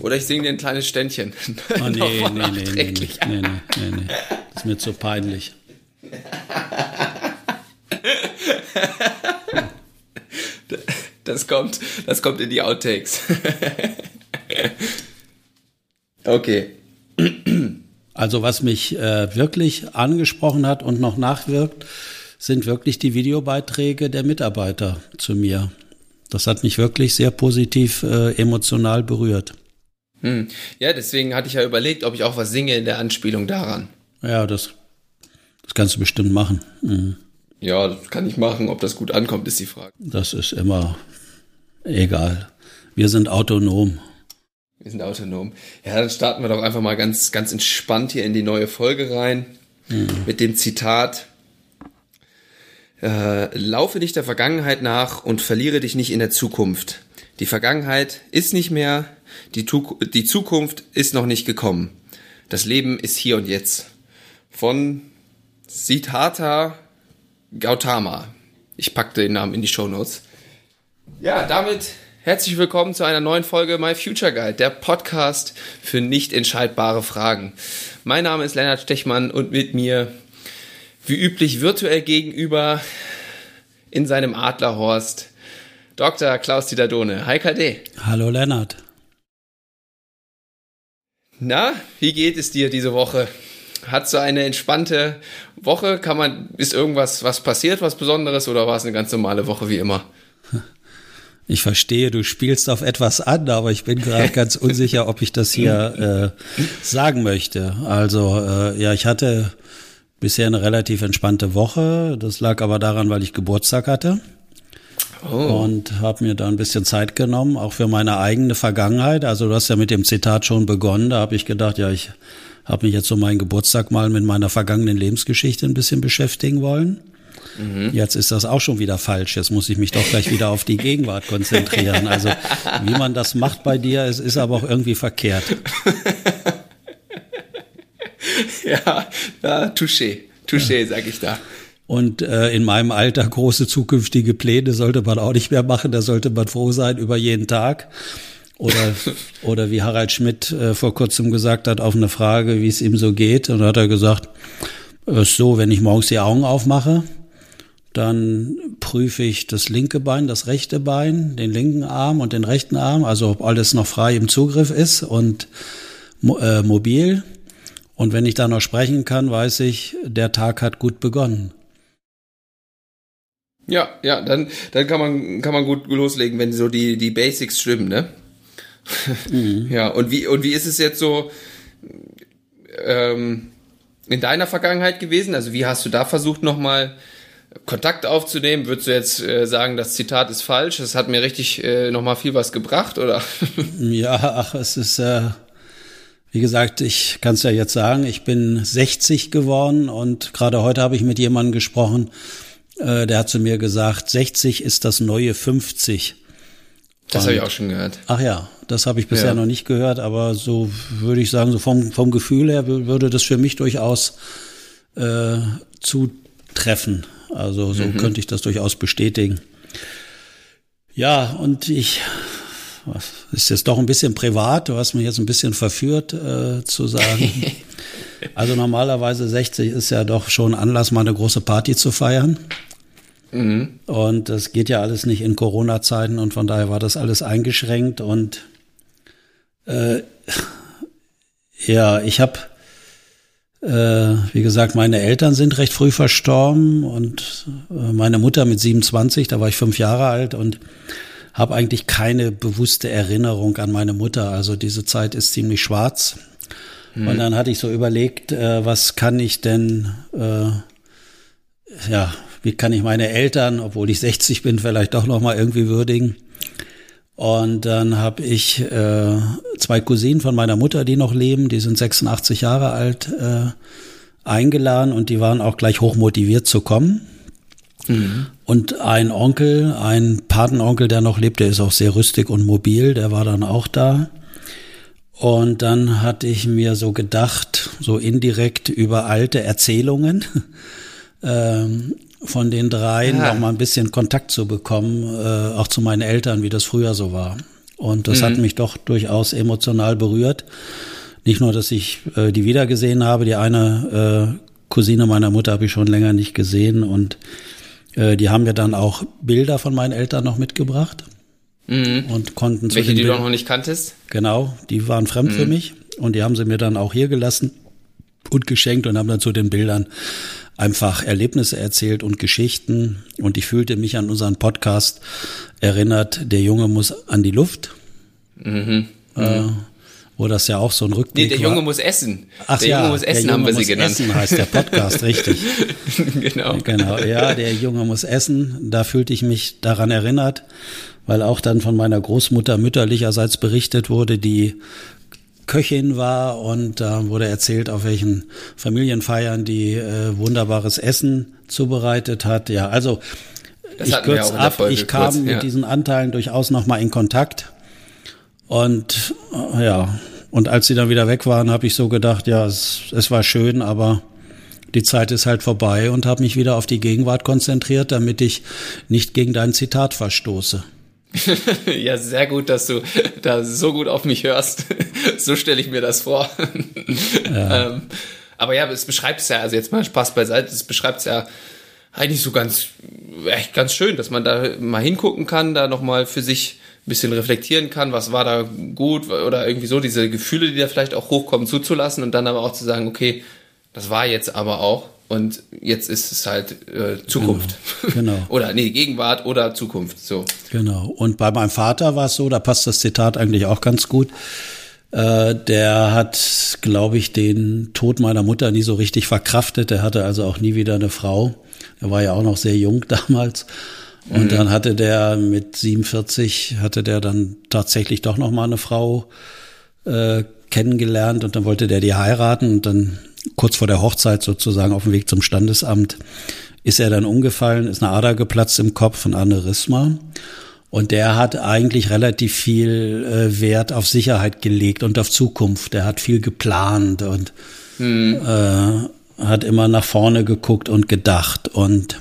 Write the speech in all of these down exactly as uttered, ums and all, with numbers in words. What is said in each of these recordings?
Oder ich singe dir ein kleines Ständchen. Oh, nee, nee, nee, nee, nee, nee, nee, nee, nee. Das ist mir zu peinlich. Das kommt, das kommt in die Outtakes. Okay. Also was mich äh, wirklich angesprochen hat und noch nachwirkt, sind wirklich die Videobeiträge der Mitarbeiter zu mir. Das hat mich wirklich sehr positiv äh, emotional berührt. Hm. Ja, deswegen hatte ich ja überlegt, ob ich auch was singe in der Anspielung daran. Ja, das, das kannst du bestimmt machen. Mhm. Ja, das kann ich machen. Ob das gut ankommt, ist die Frage. Das ist immer egal. Wir sind autonom. Wir sind autonom. Ja, dann starten wir doch einfach mal ganz, ganz entspannt hier in die neue Folge rein. Mhm. Mit dem Zitat: äh, Laufe nicht der Vergangenheit nach und verliere dich nicht in der Zukunft. Die Vergangenheit ist nicht mehr, die, tu- die Zukunft ist noch nicht gekommen. Das Leben ist hier und jetzt. Von Siddhartha Gautama. Ich packte den Namen in die Shownotes. Ja, damit herzlich willkommen zu einer neuen Folge My Future Guide, der Podcast für nicht entscheidbare Fragen. Mein Name ist Lennart Stechmann und mit mir, wie üblich, virtuell gegenüber in seinem Adlerhorst, Doktor Klaus-Dieter Dohne. Hi K D. Hallo Lennart. Na, wie geht es dir diese Woche? Hattest du eine entspannte Woche? Kann man, ist irgendwas was passiert, was Besonderes, oder war es eine ganz normale Woche wie immer? Ich verstehe, du spielst auf etwas an, aber ich bin gerade ganz unsicher, ob ich das hier äh, sagen möchte. Also äh, ja, ich hatte bisher eine relativ entspannte Woche. Das lag aber daran, weil ich Geburtstag hatte. Oh. Und habe mir da ein bisschen Zeit genommen, auch für meine eigene Vergangenheit. Also du hast ja mit dem Zitat schon begonnen. Da habe ich gedacht, ja, ich habe mich jetzt so meinen Geburtstag mal mit meiner vergangenen Lebensgeschichte ein bisschen beschäftigen wollen. Mhm. Jetzt ist das auch schon wieder falsch. Jetzt muss ich mich doch gleich wieder auf die Gegenwart konzentrieren. Also wie man das macht bei dir, es ist aber auch irgendwie verkehrt. Ja, ja, touché, touché, ja. Sag ich da. Und äh, in meinem Alter große zukünftige Pläne sollte man auch nicht mehr machen. Da sollte man froh sein über jeden Tag. Oder, oder wie Harald Schmidt äh, vor kurzem gesagt hat, auf eine Frage, wie es ihm so geht. Und da hat er gesagt, äh, so, wenn ich morgens die Augen aufmache, dann prüfe ich das linke Bein, das rechte Bein, den linken Arm und den rechten Arm, also ob alles noch frei im Zugriff ist und äh, mobil. Und wenn ich dann noch sprechen kann, weiß ich, der Tag hat gut begonnen. Ja, ja, dann, dann kann man, kann man gut loslegen, wenn so die, die Basics stimmen, ne? Mhm. Ja, und wie, und wie ist es jetzt so ähm, in deiner Vergangenheit gewesen? Also wie hast du da versucht, nochmal Kontakt aufzunehmen? Würdest du jetzt äh, sagen, das Zitat ist falsch? Das hat mir richtig äh, nochmal viel was gebracht, oder? Ja, ach, es ist, äh, wie gesagt, ich kann es ja jetzt sagen, ich bin sechzig geworden und gerade heute habe ich mit jemandem gesprochen, äh, der hat zu mir gesagt, sechzig ist das neue fünfzig. Das habe ich auch schon gehört. Ach ja, das habe ich bisher ja. noch nicht gehört, aber so würde ich sagen, so vom, vom Gefühl her würde das für mich durchaus äh, zutreffen. Also so mhm. könnte ich das durchaus bestätigen. Ja, und ich, was, ist jetzt doch ein bisschen privat, du hast mich jetzt ein bisschen verführt äh, zu sagen. Also normalerweise sechzig ist ja doch schon Anlass, mal eine große Party zu feiern. Mhm. Und das geht ja alles nicht in Corona-Zeiten und von daher war das alles eingeschränkt und äh, ja, ich habe, äh, wie gesagt, meine Eltern sind recht früh verstorben und äh, meine Mutter mit siebenundzwanzig, da war ich fünf Jahre alt und habe eigentlich keine bewusste Erinnerung an meine Mutter. Also diese Zeit ist ziemlich schwarz. Mhm. Und dann hatte ich so überlegt, äh, was kann ich denn, äh, ja, wie kann ich meine Eltern, obwohl ich sechzig bin, vielleicht doch noch mal irgendwie würdigen. Und dann habe ich äh, zwei Cousinen von meiner Mutter, die noch leben, die sind sechsundachtzig Jahre alt, äh, eingeladen und die waren auch gleich hochmotiviert zu kommen. Mhm. Und ein Onkel, ein Patenonkel, der noch lebt, der ist auch sehr rüstig und mobil, der war dann auch da. Und dann hatte ich mir so gedacht, so indirekt über alte Erzählungen, ähm, von den dreien ja. noch mal ein bisschen Kontakt zu bekommen, äh, auch zu meinen Eltern, wie das früher so war. Und das mhm. hat mich doch durchaus emotional berührt. Nicht nur, dass ich äh, die wiedergesehen habe, die eine äh, Cousine meiner Mutter habe ich schon länger nicht gesehen und äh, die haben mir dann auch Bilder von meinen Eltern noch mitgebracht mhm. und konnten zu Welche, den die Bild- du noch nicht kanntest? Genau, die waren fremd mhm. für mich und die haben sie mir dann auch hier gelassen und geschenkt und haben dann zu den Bildern einfach Erlebnisse erzählt und Geschichten und ich fühlte mich an unseren Podcast erinnert, der Junge muss an die Luft. Mhm. Äh, wo das ja auch so ein Rückblick Nee, der Junge war. muss essen. Ach der ja, Junge muss essen, der Junge haben wir muss sie genannt. Essen heißt der Podcast, richtig. Genau. Genau, ja, der Junge muss essen. Da fühlte ich mich daran erinnert, weil auch dann von meiner Großmutter mütterlicherseits berichtet wurde, die Köchin war und da äh, wurde erzählt, auf welchen Familienfeiern die äh, wunderbares Essen zubereitet hat. Ja, also Das ich hatten wir kürze auch in der ab, Folge ich kam kurz, ja. mit diesen Anteilen durchaus nochmal in Kontakt und äh, ja, und als sie dann wieder weg waren, habe ich so gedacht, ja, es, es war schön, aber die Zeit ist halt vorbei und habe mich wieder auf die Gegenwart konzentriert, damit ich nicht gegen dein Zitat verstoße. Ja, sehr gut, dass du da so gut auf mich hörst. So stelle ich mir das vor. Ja. ähm, aber ja, es beschreibt es ja, also jetzt mal Spaß beiseite, es beschreibt es ja eigentlich so ganz, echt ganz schön, dass man da mal hingucken kann, da nochmal für sich ein bisschen reflektieren kann, was war da gut oder irgendwie so, diese Gefühle, die da vielleicht auch hochkommen, zuzulassen und dann aber auch zu sagen, okay, das war jetzt aber auch und jetzt ist es halt äh, Zukunft. Genau. Genau. Oder nee, Gegenwart oder Zukunft, so. Genau. Und bei meinem Vater war es so, da passt das Zitat eigentlich auch ganz gut. Äh, der hat, glaube ich, den Tod meiner Mutter nie so richtig verkraftet. Der hatte also auch nie wieder eine Frau. Er war ja auch noch sehr jung damals. Und mhm. dann hatte der mit siebenundvierzig, hatte der dann tatsächlich doch noch mal eine Frau äh, kennengelernt und dann wollte der die heiraten und dann kurz vor der Hochzeit sozusagen auf dem Weg zum Standesamt ist er dann umgefallen, ist eine Ader geplatzt im Kopf, ein Aneurysma. Und der hat eigentlich relativ viel äh, Wert auf Sicherheit gelegt und auf Zukunft. Der hat viel geplant und mhm. äh, hat immer nach vorne geguckt und gedacht. Und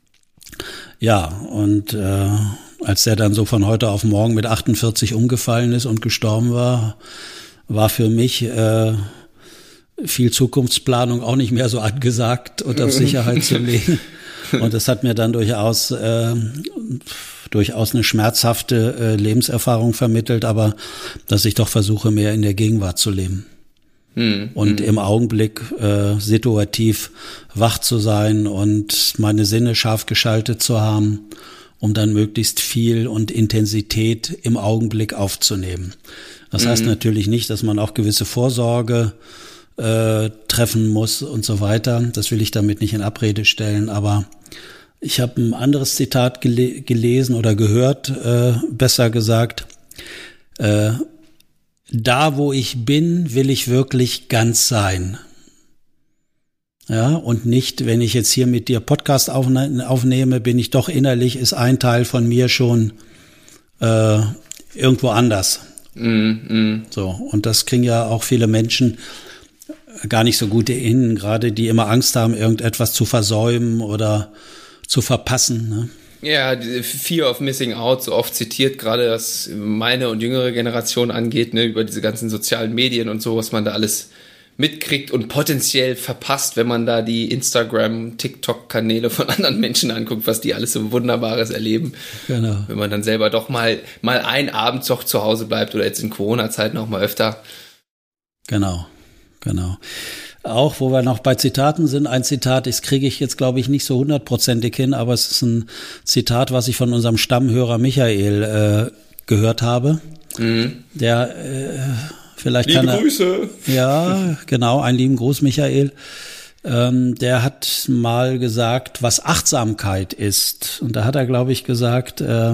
ja, und äh, als der dann so von heute auf morgen mit achtundvierzig umgefallen ist und gestorben war, war für mich äh, viel Zukunftsplanung auch nicht mehr so angesagt und auf Sicherheit zu legen. Und das hat mir dann durchaus äh, durchaus eine schmerzhafte äh, Lebenserfahrung vermittelt, aber dass ich doch versuche, mehr in der Gegenwart zu leben. Hm, und hm. im Augenblick äh, situativ wach zu sein und meine Sinne scharf geschaltet zu haben, um dann möglichst viel und Intensität im Augenblick aufzunehmen. Das hm. heißt natürlich nicht, dass man auch gewisse Vorsorge äh, treffen muss und so weiter. Das will ich damit nicht in Abrede stellen, aber ich habe ein anderes Zitat gele- gelesen oder gehört, äh, besser gesagt, äh, da, wo ich bin, will ich wirklich ganz sein. Ja, und nicht, wenn ich jetzt hier mit dir Podcast aufne- aufnehme, bin ich doch innerlich, ist ein Teil von mir schon äh, irgendwo anders. Mm, mm. So, und das kriegen ja auch viele Menschen gar nicht so gut hin, gerade die immer Angst haben, irgendetwas zu versäumen oder zu verpassen, ne? Ja, die Fear of Missing Out, so oft zitiert, gerade was meine und jüngere Generation angeht, ne, über diese ganzen sozialen Medien und so, was man da alles mitkriegt und potenziell verpasst, wenn man da die Instagram-, TikTok-Kanäle von anderen Menschen anguckt, was die alles so Wunderbares erleben. Genau. Wenn man dann selber doch mal, mal einen Abend doch zu Hause bleibt oder jetzt in Corona-Zeiten auch mal öfter. Genau, genau. Auch, wo wir noch bei Zitaten sind, ein Zitat, das kriege ich jetzt, glaube ich, nicht so hundertprozentig hin, aber es ist ein Zitat, was ich von unserem Stammhörer Michael äh, gehört habe. Mhm. Der äh, vielleicht Liebe kann er, Grüße. Ja, genau, einen lieben Gruß, Michael. Ähm, der hat mal gesagt, was Achtsamkeit ist. Und da hat er, glaube ich, gesagt, äh,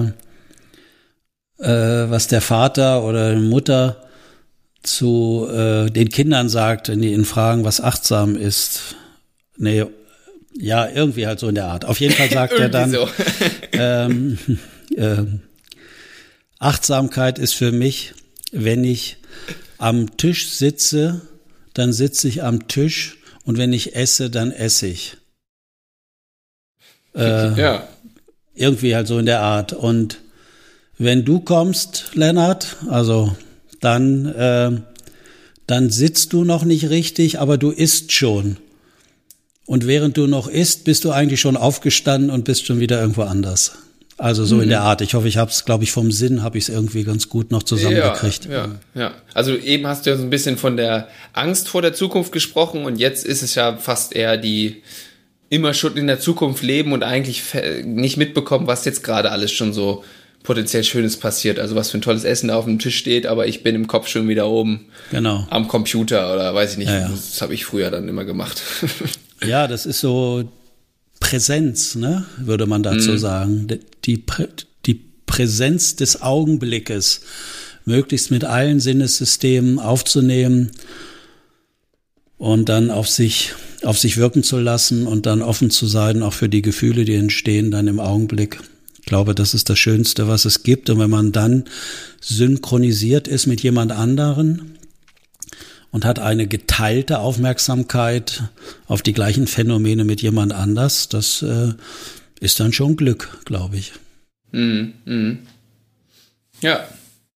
äh, was der Vater oder die Mutter zu äh, den Kindern sagt, wenn die ihn fragen, was achtsam ist. Nee, ja, irgendwie halt so in der Art. Auf jeden Fall sagt er dann, so. ähm, äh, Achtsamkeit ist für mich, wenn ich am Tisch sitze, dann sitze ich am Tisch und wenn ich esse, dann esse ich. Äh, ja. Irgendwie halt so in der Art. Und wenn du kommst, Lennart, also dann, äh, dann sitzt du noch nicht richtig, aber du isst schon. Und während du noch isst, bist du eigentlich schon aufgestanden und bist schon wieder irgendwo anders. Also so mhm. in der Art. Ich hoffe, ich habe es, glaube ich, vom Sinn habe ich es irgendwie ganz gut noch zusammengekriegt. Ja, ja, ja. Also eben hast du ja so ein bisschen von der Angst vor der Zukunft gesprochen und jetzt ist es ja fast eher die immer schon in der Zukunft leben und eigentlich nicht mitbekommen, was jetzt gerade alles schon so potenziell Schönes passiert. Also was für ein tolles Essen da auf dem Tisch steht, aber ich bin im Kopf schon wieder oben genau. am Computer oder weiß ich nicht. Ja, ja. Das habe ich früher dann immer gemacht. Ja, das ist so Präsenz, ne, würde man dazu mhm. sagen. Die, die Präsenz des Augenblickes, möglichst mit allen Sinnessystemen aufzunehmen und dann auf sich, auf sich wirken zu lassen und dann offen zu sein, auch für die Gefühle, die entstehen dann im Augenblick. Ich glaube, das ist das Schönste, was es gibt. Und wenn man dann synchronisiert ist mit jemand anderen und hat eine geteilte Aufmerksamkeit auf die gleichen Phänomene mit jemand anders, das äh, ist dann schon Glück, glaube ich. Mm, mm. Ja.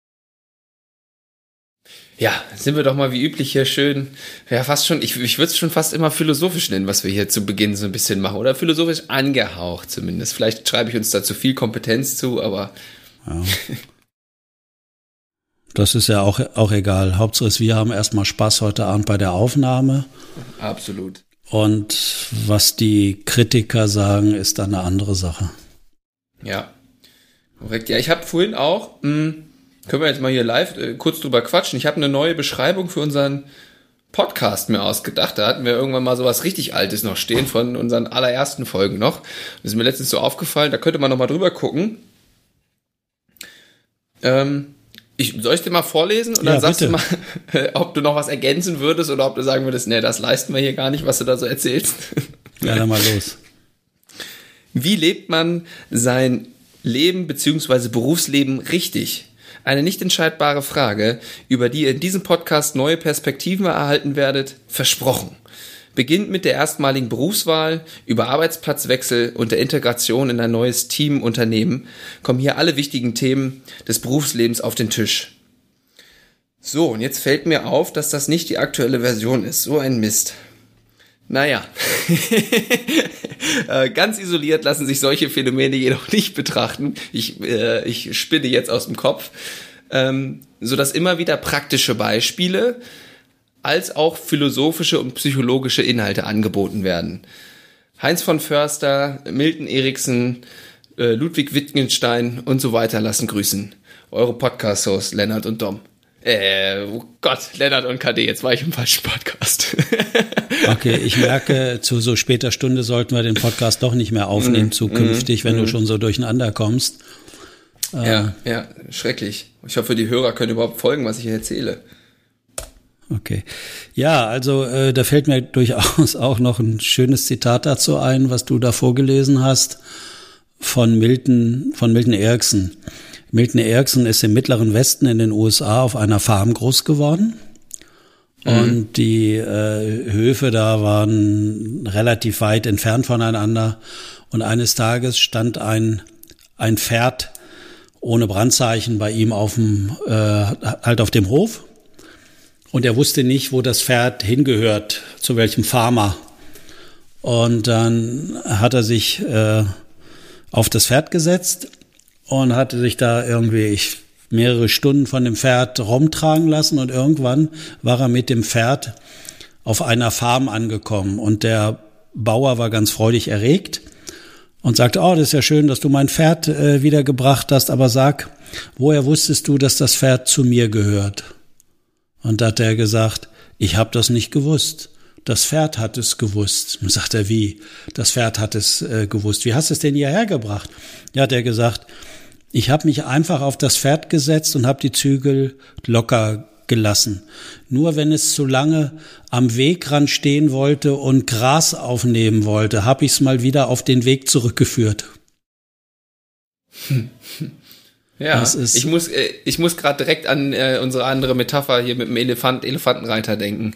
Ja, sind wir doch mal wie üblich hier schön, ja fast schon, ich, ich würde es schon fast immer philosophisch nennen, was wir hier zu Beginn so ein bisschen machen, oder philosophisch angehaucht zumindest. Vielleicht schreibe ich uns da zu viel Kompetenz zu, aber... Ja. Das ist ja auch, auch egal. Hauptsache ist, wir haben erstmal Spaß heute Abend bei der Aufnahme. Absolut. Und was die Kritiker sagen, ist dann eine andere Sache. Ja, korrekt. Ja, ich habe vorhin auch, mh, können wir jetzt mal hier live äh, kurz drüber quatschen, ich habe eine neue Beschreibung für unseren Podcast mir ausgedacht. Da hatten wir irgendwann mal sowas richtig Altes noch stehen von unseren allerersten Folgen noch. Das ist mir letztens so aufgefallen, da könnte man noch mal drüber gucken. Ähm... Ich, soll ich dir mal vorlesen und dann ja, sagst bitte. Du mal, ob du noch was ergänzen würdest oder ob du sagen würdest, nee, das leisten wir hier gar nicht, was du da so erzählst. Ja, dann mal los. Wie lebt man sein Leben bzw. Berufsleben richtig? Eine nicht entscheidbare Frage, über die ihr in diesem Podcast neue Perspektiven erhalten werdet, versprochen. Beginnt mit der erstmaligen Berufswahl, über Arbeitsplatzwechsel und der Integration in ein neues Team, Unternehmen, kommen hier alle wichtigen Themen des Berufslebens auf den Tisch. So, und jetzt fällt mir auf, dass das nicht die aktuelle Version ist. So ein Mist. Naja, ganz isoliert lassen sich solche Phänomene jedoch nicht betrachten. Ich, äh, ich spinne jetzt aus dem Kopf. Ähm, sodass immer wieder praktische Beispiele als auch philosophische und psychologische Inhalte angeboten werden. Heinz von Förster, Milton Erickson, äh, Ludwig Wittgenstein und so weiter lassen grüßen. Eure Podcast-Hosts Lennart und Dom. Äh, oh Gott, Lennart und K D, jetzt war ich im falschen Podcast. Okay, ich merke, zu so später Stunde sollten wir den Podcast doch nicht mehr aufnehmen mm, zukünftig, mm, wenn mm. du schon so durcheinander kommst. Äh, ja, ja, schrecklich. Ich hoffe, die Hörer können überhaupt folgen, was ich hier erzähle. Okay. Ja, also äh, da fällt mir durchaus auch noch ein schönes Zitat dazu ein, was du da vorgelesen hast von Milton, von Milton Erickson. Milton Erickson ist im Mittleren Westen in den U S A auf einer Farm groß geworden. Mhm. Und die äh, Höfe da waren relativ weit entfernt voneinander. Und eines Tages stand ein, ein Pferd ohne Brandzeichen bei ihm auf dem, äh, halt auf dem Hof. Und er wusste nicht, wo das Pferd hingehört, zu welchem Farmer. Und dann hat er sich äh, auf das Pferd gesetzt und hatte sich da irgendwie ich, mehrere Stunden von dem Pferd rumtragen lassen. Und irgendwann war er mit dem Pferd auf einer Farm angekommen. Und der Bauer war ganz freudig erregt und sagte, oh, das ist ja schön, dass du mein Pferd äh, wiedergebracht hast. Aber sag, woher wusstest du, dass das Pferd zu mir gehört? Und da hat er gesagt, ich habe das nicht gewusst. Das Pferd hat es gewusst. Und sagt er, wie? Das Pferd hat es äh, gewusst. Wie hast du es denn hierher gebracht? Ja, hat er gesagt, ich habe mich einfach auf das Pferd gesetzt und habe die Zügel locker gelassen. Nur wenn es zu lange am Wegrand stehen wollte und Gras aufnehmen wollte, habe ich es mal wieder auf den Weg zurückgeführt. Hm. Ja, ich muss, äh, ich muss gerade direkt an äh, unsere andere Metapher hier mit dem Elefant, Elefantenreiter denken.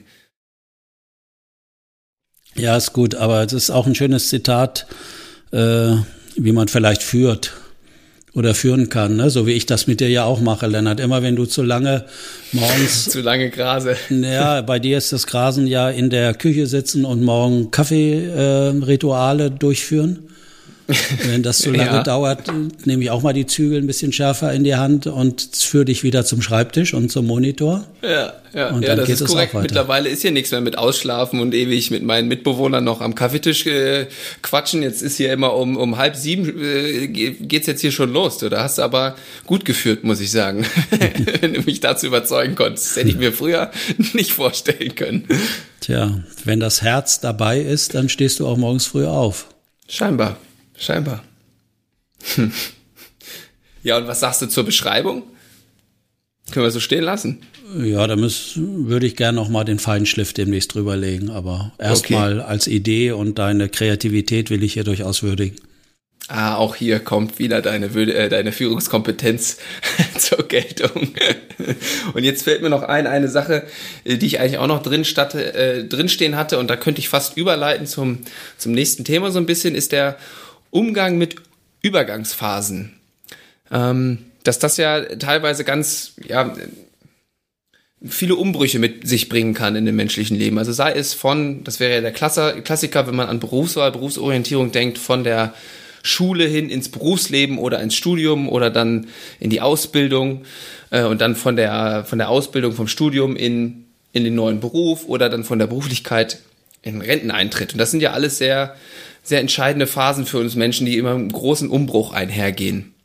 Ja, ist gut, aber es ist auch ein schönes Zitat, äh, wie man vielleicht führt oder führen kann, ne? So wie ich das mit dir ja auch mache, Lennart. Immer wenn du zu lange morgens... zu lange grase. Ja, bei dir ist das Grasen ja in der Küche sitzen und morgen Kaffee-Rituale äh, durchführen. Wenn das zu lange ja. dauert, nehme ich auch mal die Zügel ein bisschen schärfer in die Hand und führe dich wieder zum Schreibtisch und zum Monitor. Ja, ja, und ja dann das geht ist korrekt. Mittlerweile ist hier nichts mehr mit Ausschlafen und ewig mit meinen Mitbewohnern noch am Kaffeetisch äh, quatschen. Jetzt ist hier immer um, um halb sieben äh, geht's jetzt hier schon los. Du, da hast du aber gut geführt, muss ich sagen. Wenn du mich dazu überzeugen konntest. Das hätte ich mir früher nicht vorstellen können. Tja, wenn das Herz dabei ist, dann stehst du auch morgens früh auf. Scheinbar. Scheinbar. Hm. Ja, und was sagst du zur Beschreibung? Können wir so stehen lassen? Ja, da müß, würde ich gerne noch mal den Feinschliff demnächst drüberlegen, aber erstmal okay. Als Idee und deine Kreativität will ich hier durchaus würdigen. Ah, auch hier kommt wieder deine, äh, deine Führungskompetenz zur Geltung. Und jetzt fällt mir noch ein, eine Sache, die ich eigentlich auch noch drin statt, äh, drinstehen hatte, und da könnte ich fast überleiten zum, zum nächsten Thema so ein bisschen, ist der Umgang mit Übergangsphasen. Ähm, dass das ja teilweise ganz, ja, viele Umbrüche mit sich bringen kann in dem menschlichen Leben. Also sei es von, das wäre ja der Klassiker, wenn man an Berufswahl, Berufsorientierung denkt, von der Schule hin ins Berufsleben oder ins Studium oder dann in die Ausbildung äh, und dann von der, von der Ausbildung, vom Studium in, in den neuen Beruf oder dann von der Beruflichkeit in Renteneintritt. Und das sind ja alles sehr sehr entscheidende Phasen für uns Menschen, die immer mit einem großen Umbruch einhergehen.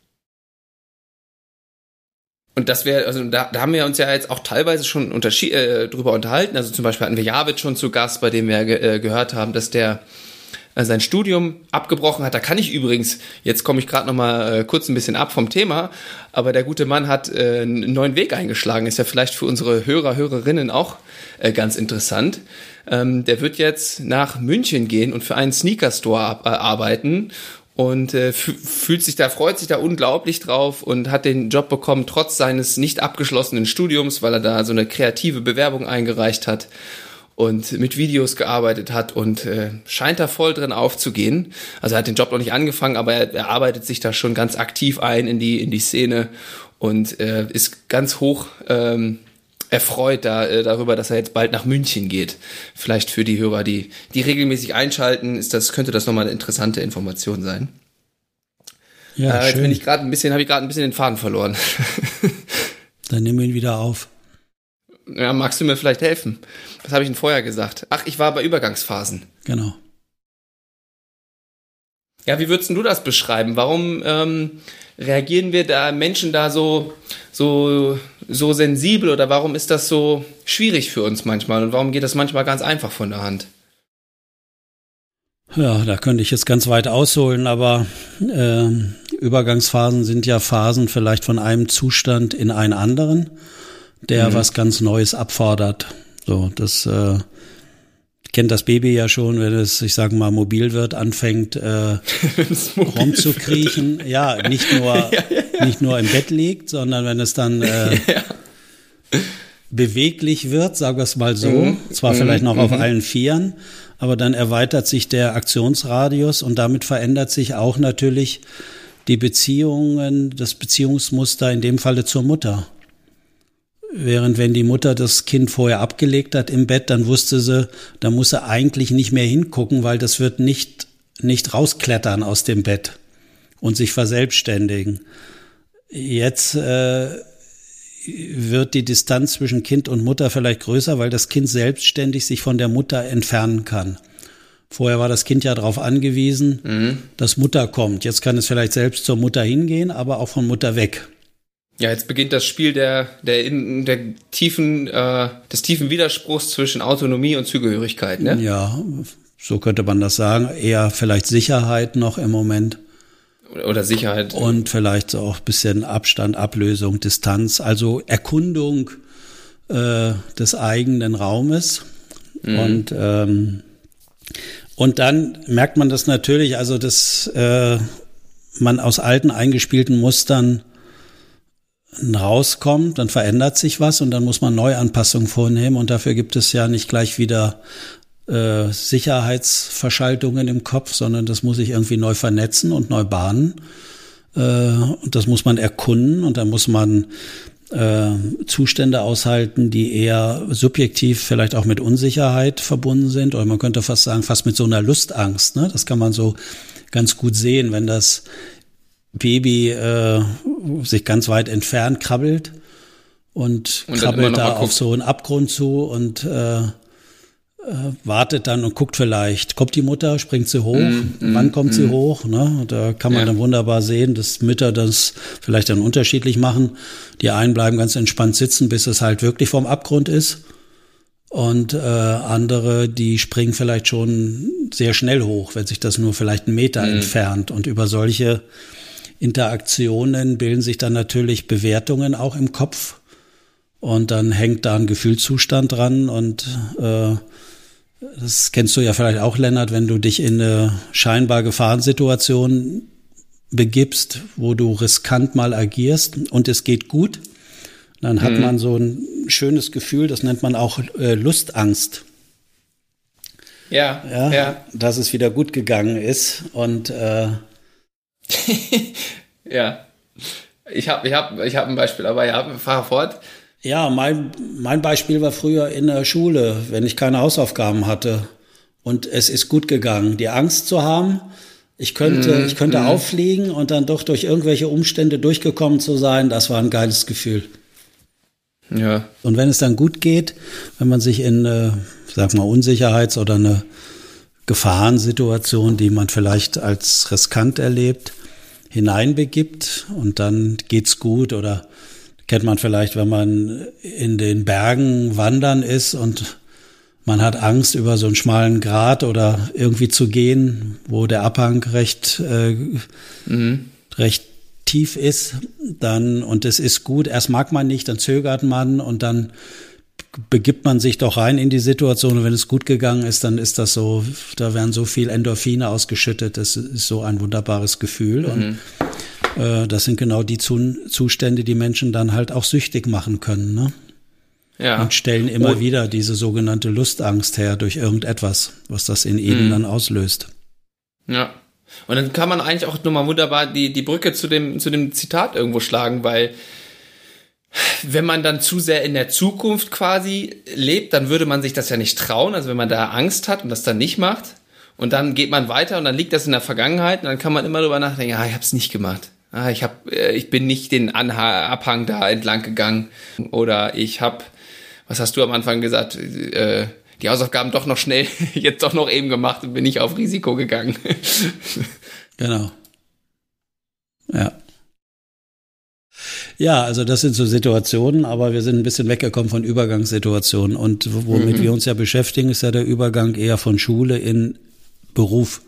Und das wäre, also da, da haben wir uns ja jetzt auch teilweise schon unterschied, äh, drüber unterhalten. Also zum Beispiel hatten wir Javid schon zu Gast, bei dem wir ge, äh, gehört haben, dass der äh, sein Studium abgebrochen hat. Da kann ich übrigens, jetzt komme ich gerade noch mal äh, kurz ein bisschen ab vom Thema, aber der gute Mann hat äh, einen neuen Weg eingeschlagen. Ist ja vielleicht für unsere Hörer, Hörerinnen auch äh, ganz interessant. Ähm, der wird jetzt nach München gehen und für einen Sneaker-Store ab, äh, arbeiten und äh, fühlt sich da, freut sich da unglaublich drauf und hat den Job bekommen, trotz seines nicht abgeschlossenen Studiums, weil er da so eine kreative Bewerbung eingereicht hat und mit Videos gearbeitet hat und äh, scheint da voll drin aufzugehen. Also er hat den Job noch nicht angefangen, aber er, er arbeitet sich da schon ganz aktiv ein in die, in die Szene und äh, ist ganz hoch ähm, erfreut da, äh, darüber, dass er jetzt bald nach München geht. Vielleicht für die Hörer, die, die regelmäßig einschalten, ist das, könnte das nochmal eine interessante Information sein. Ja, äh, jetzt schön. bin ich gerade ein bisschen, habe ich gerade ein bisschen den Faden verloren. Dann nimm ihn wieder auf. Ja, magst du mir vielleicht helfen? Was habe ich denn vorher gesagt? Ach, ich war bei Übergangsphasen. Genau. Ja, wie würdest du das beschreiben? Warum ähm, reagieren wir da Menschen da so so so sensibel oder warum ist das so schwierig für uns manchmal und warum geht das manchmal ganz einfach von der Hand? Ja, da könnte ich jetzt ganz weit ausholen, aber äh, Übergangsphasen sind ja Phasen vielleicht von einem Zustand in einen anderen, der mhm. was ganz Neues abfordert. So, das äh, kennt das Baby ja schon, wenn es, ich sage mal, mobil wird, anfängt äh, rumzukriechen. Wird. Ja, nicht nur ja, ja, ja. nicht nur im Bett liegt, sondern wenn es dann äh, ja. beweglich wird, sagen wir es mal so, mhm. zwar mhm. vielleicht noch mhm. auf allen Vieren, aber dann erweitert sich der Aktionsradius und damit verändert sich auch natürlich die Beziehungen, das Beziehungsmuster in dem Falle zur Mutter. Während wenn die Mutter das Kind vorher abgelegt hat im Bett, dann wusste sie, da muss sie eigentlich nicht mehr hingucken, weil das wird nicht, nicht rausklettern aus dem Bett und sich verselbstständigen. Jetzt äh, wird die Distanz zwischen Kind und Mutter vielleicht größer, weil das Kind selbstständig sich von der Mutter entfernen kann. Vorher war das Kind ja darauf angewiesen, mhm. dass Mutter kommt. Jetzt kann es vielleicht selbst zur Mutter hingehen, aber auch von Mutter weg. Ja, jetzt beginnt das Spiel der der in der tiefen äh, des tiefen Widerspruchs zwischen Autonomie und Zugehörigkeit, ne? Ja, so könnte man das sagen. Eher vielleicht Sicherheit noch im Moment. Oder Sicherheit. Und vielleicht auch ein bisschen Abstand, Ablösung, Distanz, also Erkundung äh, des eigenen Raumes. Mhm. Und ähm, und dann merkt man das natürlich, also dass äh, man aus alten eingespielten Mustern rauskommt, dann verändert sich was und dann muss man Neuanpassungen vornehmen und dafür gibt es ja nicht gleich wieder äh, Sicherheitsverschaltungen im Kopf, sondern das muss sich irgendwie neu vernetzen und neu bahnen. Äh, und das muss man erkunden und dann muss man äh, Zustände aushalten, die eher subjektiv vielleicht auch mit Unsicherheit verbunden sind. Oder man könnte fast sagen, fast mit so einer Lustangst. Ne? Das kann man so ganz gut sehen, wenn das Baby äh, sich ganz weit entfernt krabbelt und, und krabbelt da auf so einen Abgrund zu und äh, Äh, wartet dann und guckt vielleicht, kommt die Mutter, springt sie hoch, mm, mm, wann kommt mm. sie hoch, ne? Und da kann man ja. dann wunderbar sehen, dass Mütter das vielleicht dann unterschiedlich machen. Die einen bleiben ganz entspannt sitzen, bis es halt wirklich vorm Abgrund ist und äh, andere, die springen vielleicht schon sehr schnell hoch, wenn sich das nur vielleicht einen Meter mm. entfernt und über solche Interaktionen bilden sich dann natürlich Bewertungen auch im Kopf und dann hängt da ein Gefühlszustand dran und äh, das kennst du ja vielleicht auch, Lennart, wenn du dich in eine scheinbar Gefahrensituation begibst, wo du riskant mal agierst und es geht gut, dann hat mhm. man so ein schönes Gefühl, das nennt man auch äh, Lustangst. Ja, ja, ja. Dass es wieder gut gegangen ist und äh, ja, ich habe ich hab, ich hab ein Beispiel, aber ja, fahr fort. Ja, mein, mein Beispiel war früher in der Schule, wenn ich keine Hausaufgaben hatte und es ist gut gegangen. Die Angst zu haben, ich könnte, mm, ich könnte mm. auffliegen und dann doch durch irgendwelche Umstände durchgekommen zu sein, das war ein geiles Gefühl. Ja. Und wenn es dann gut geht, wenn man sich in eine, sag mal, Unsicherheits- oder eine Gefahrensituation, die man vielleicht als riskant erlebt, hineinbegibt und dann geht's gut oder kennt man vielleicht, wenn man in den Bergen wandern ist und man hat Angst, über so einen schmalen Grat oder irgendwie zu gehen, wo der Abhang recht, äh, mhm. recht tief ist, dann, und es ist gut, erst mag man nicht, dann zögert man und dann begibt man sich doch rein in die Situation und wenn es gut gegangen ist, dann ist das so, da werden so viel Endorphine ausgeschüttet, das ist so ein wunderbares Gefühl mhm. und das sind genau die Zustände, die Menschen dann halt auch süchtig machen können, ne? Ja. Und stellen immer oh. wieder diese sogenannte Lustangst her durch irgendetwas, was das in ihnen mhm. dann auslöst. Ja. Und dann kann man eigentlich auch nochmal wunderbar die, die Brücke zu dem, zu dem Zitat irgendwo schlagen, weil wenn man dann zu sehr in der Zukunft quasi lebt, dann würde man sich das ja nicht trauen. Also wenn man da Angst hat und das dann nicht macht und dann geht man weiter und dann liegt das in der Vergangenheit und dann kann man immer drüber nachdenken, ah, ich hab's nicht gemacht. Ah, ich hab, ich bin nicht den Anha- Abhang da entlang gegangen oder ich hab, was hast du am Anfang gesagt, äh, die Hausaufgaben doch noch schnell, jetzt doch noch eben gemacht und bin nicht auf Risiko gegangen. Genau. Ja. Ja, also das sind so Situationen, aber wir sind ein bisschen weggekommen von Übergangssituationen und womit mhm. wir uns ja beschäftigen, ist ja der Übergang eher von Schule in Beruf.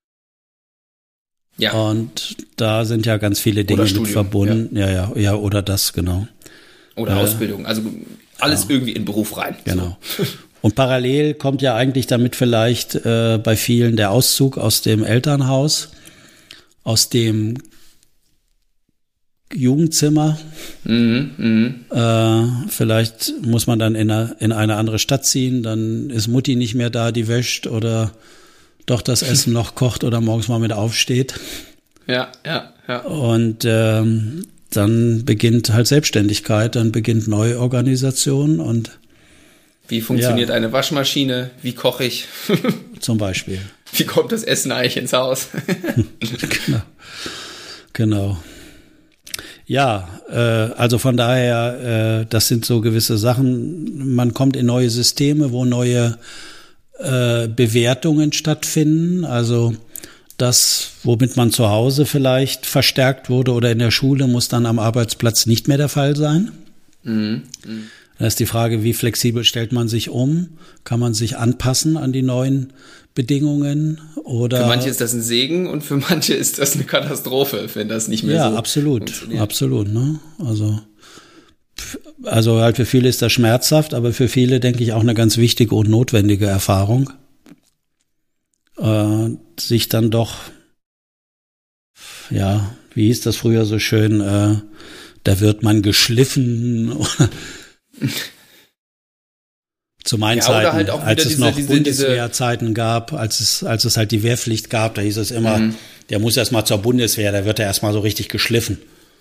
Ja. Und da sind ja ganz viele Dinge mit verbunden. Ja. ja, ja, ja, oder das, genau. Oder äh, Ausbildung, also alles genau. irgendwie in Beruf rein. Genau. So. Und parallel kommt ja eigentlich damit vielleicht äh, bei vielen der Auszug aus dem Elternhaus, aus dem Jugendzimmer. Mhm, mh. äh, vielleicht muss man dann in eine, in eine andere Stadt ziehen, dann ist Mutti nicht mehr da, die wäscht oder doch das Essen noch kocht oder morgens mal mit aufsteht. Ja, ja, ja. Und ähm, dann beginnt halt Selbstständigkeit, dann beginnt Neuorganisation und wie funktioniert ja. eine Waschmaschine? Wie koche ich? Zum Beispiel. Wie kommt das Essen eigentlich ins Haus? Genau. Genau. Ja, äh, also von daher, äh, das sind so gewisse Sachen. Man kommt in neue Systeme, wo neue äh, Bewertungen stattfinden. Also das, womit man zu Hause vielleicht verstärkt wurde oder in der Schule, muss dann am Arbeitsplatz nicht mehr der Fall sein. Mhm. Mhm. Da ist die Frage, wie flexibel stellt man sich um? Kann man sich anpassen an die neuen Bedingungen? Oder für manche ist das ein Segen und für manche ist das eine Katastrophe, wenn das nicht mehr ja, so absolut, funktioniert. Absolut, ne? Also, also halt für viele ist das schmerzhaft, aber für viele, denke ich, auch eine ganz wichtige und notwendige Erfahrung, äh, sich dann doch, ja, wie hieß das früher so schön, äh, da wird man geschliffen oder Zu meinen Ja, Zeiten, oder halt auch als wieder es diese- noch diese- Bundeswehrzeiten gab, als es, als es halt die Wehrpflicht gab, da hieß es immer, Mhm. der muss erst mal zur Bundeswehr, da wird er erst mal so richtig geschliffen.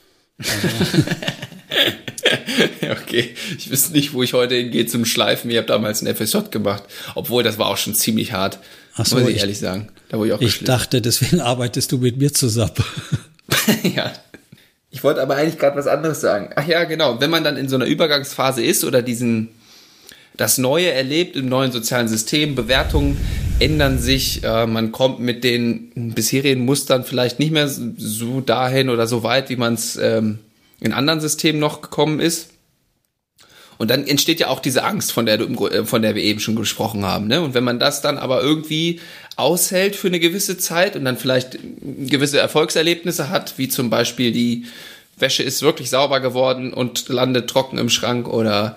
Okay, ich wüsste nicht, wo ich heute hingehe zum Schleifen. Ich habe damals ein F S J gemacht, obwohl das war auch schon ziemlich hart, Ach so, muss ich, ich- ehrlich sagen. Da wurde ich auch Ich geschliffen. dachte, deswegen arbeitest du mit mir zusammen. Ja. Ich wollte aber eigentlich gerade was anderes sagen. Ach ja, genau. Wenn man dann in so einer Übergangsphase ist oder diesen das Neue erlebt im neuen sozialen System, Bewertungen ändern sich, äh, man kommt mit den bisherigen Mustern vielleicht nicht mehr so dahin oder so weit, wie man es ähm, in anderen Systemen noch gekommen ist. Und dann entsteht ja auch diese Angst, von der du, im Gru- äh, von der wir eben schon gesprochen haben, ne? Und wenn man das dann aber irgendwie aushält für eine gewisse Zeit und dann vielleicht gewisse Erfolgserlebnisse hat, wie zum Beispiel die Wäsche ist wirklich sauber geworden und landet trocken im Schrank oder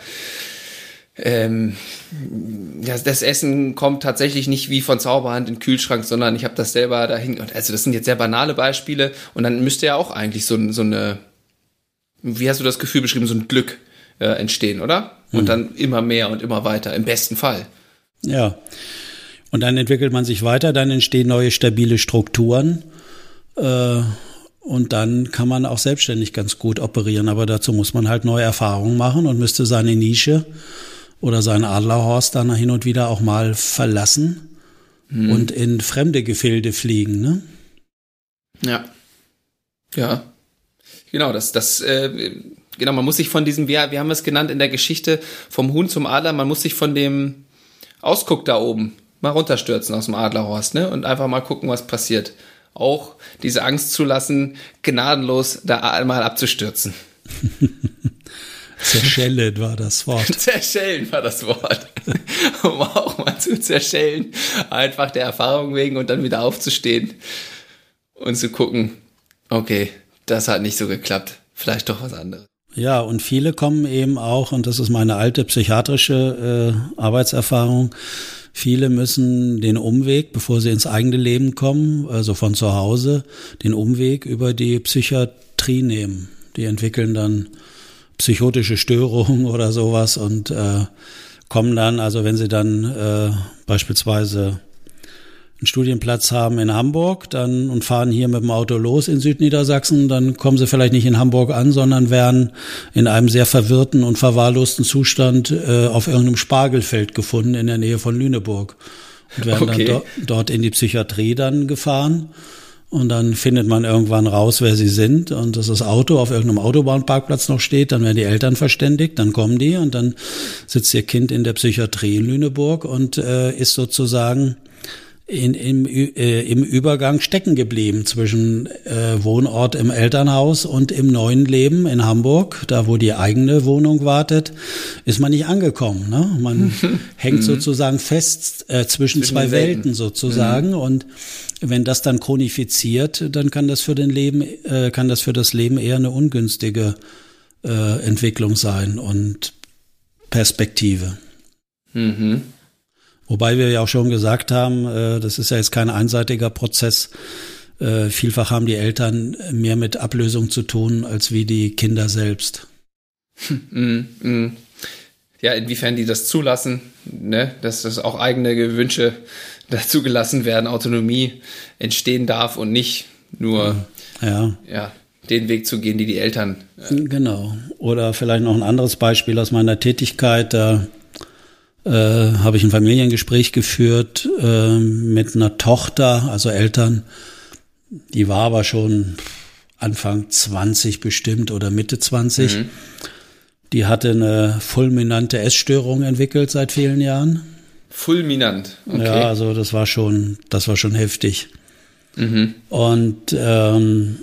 ähm, das, das Essen kommt tatsächlich nicht wie von Zauberhand in den Kühlschrank, sondern ich habe das selber dahin. Also das sind jetzt sehr banale Beispiele und dann müsste ja auch eigentlich so, so eine, wie hast du das Gefühl beschrieben, so ein Glück äh, entstehen, oder? Und Mhm. dann immer mehr und immer weiter, im besten Fall. Ja. Und dann entwickelt man sich weiter, dann entstehen neue stabile Strukturen. Äh, und dann kann man auch selbstständig ganz gut operieren. Aber dazu muss man halt neue Erfahrungen machen und müsste seine Nische oder seinen Adlerhorst dann hin und wieder auch mal verlassen hm. und in fremde Gefilde fliegen, ne? Ja. Ja. Genau, das, das, äh, genau, man muss sich von diesem, wir, wir haben es genannt in der Geschichte, vom Huhn zum Adler, man muss sich von dem Ausguck da oben mal runterstürzen aus dem Adlerhorst, ne? Und einfach mal gucken, was passiert. Auch diese Angst zu lassen, gnadenlos da einmal abzustürzen. Zerschellen war das Wort. Zerschellen war das Wort. Um auch mal zu zerschellen. Einfach der Erfahrung wegen und dann wieder aufzustehen und zu gucken, okay, das hat nicht so geklappt. Vielleicht doch was anderes. Ja, und viele kommen eben auch, und das ist meine alte psychiatrische äh, Arbeitserfahrung, viele müssen den Umweg, bevor sie ins eigene Leben kommen, also von zu Hause, den Umweg über die Psychiatrie nehmen. Die entwickeln dann psychotische Störungen oder sowas und äh, kommen dann, also wenn sie dann äh, beispielsweise einen Studienplatz haben in Hamburg dann und fahren hier mit dem Auto los in Südniedersachsen, dann kommen sie vielleicht nicht in Hamburg an, sondern werden in einem sehr verwirrten und verwahrlosten Zustand äh, auf irgendeinem Spargelfeld gefunden in der Nähe von Lüneburg und werden Okay. dann do- dort in die Psychiatrie dann gefahren. Und dann findet man irgendwann raus, wer sie sind und dass das Auto auf irgendeinem Autobahnparkplatz noch steht. Dann werden die Eltern verständigt, dann kommen die und dann sitzt ihr Kind in der Psychiatrie in Lüneburg und äh, ist sozusagen in, im, äh, im Übergang stecken geblieben zwischen äh, Wohnort im Elternhaus und im neuen Leben in Hamburg, da wo die eigene Wohnung wartet, ist man nicht angekommen. Ne? Man hängt sozusagen fest äh, zwischen, Zwischen zwei den Welten, Welten. sozusagen und wenn das dann chronifiziert, dann kann das für den Leben, äh, kann das für das Leben eher eine ungünstige äh, Entwicklung sein und Perspektive. Mhm. Wobei wir ja auch schon gesagt haben, äh, das ist ja jetzt kein einseitiger Prozess. Äh, vielfach haben die Eltern mehr mit Ablösung zu tun, als wie die Kinder selbst. Mhm. Mhm. Ja, inwiefern die das zulassen, ne? Dass das auch eigene Wünsche dazu gelassen werden, Autonomie entstehen darf und nicht nur Ja. ja, den Weg zu gehen, die die Eltern. Äh, Genau. Oder vielleicht noch ein anderes Beispiel aus meiner Tätigkeit. Da äh, habe ich ein Familiengespräch geführt äh, mit einer Tochter, also Eltern. Die war aber schon Anfang zwanzig bestimmt oder Mitte zwanzig. Mhm. Die hatte eine fulminante Essstörung entwickelt seit vielen Jahren. fulminant. Okay. Ja, also das war schon, das war schon heftig. Mhm. Und ähm,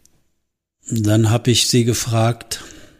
dann habe ich sie gefragt,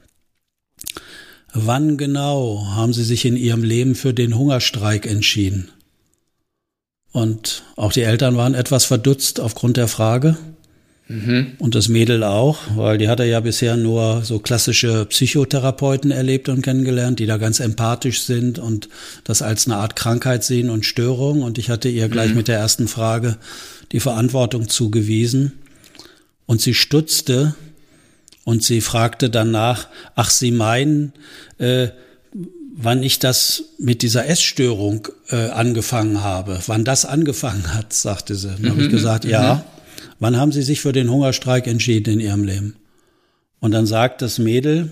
wann genau haben Sie sich in Ihrem Leben für den Hungerstreik entschieden? Und auch die Eltern waren etwas verdutzt aufgrund der Frage. Mhm. Und das Mädel auch, weil die hatte ja bisher nur so klassische Psychotherapeuten erlebt und kennengelernt, die da ganz empathisch sind und das als eine Art Krankheit sehen und Störung. Und ich hatte ihr gleich Mhm. mit der ersten Frage die Verantwortung zugewiesen. Und sie stutzte und sie fragte danach, ach, Sie meinen, äh, wann ich das mit dieser Essstörung äh, angefangen habe, wann das angefangen hat, sagte sie. Dann mhm, habe ich gesagt, mhm. ja, wann haben Sie sich für den Hungerstreik entschieden in Ihrem Leben? Und dann sagt das Mädel,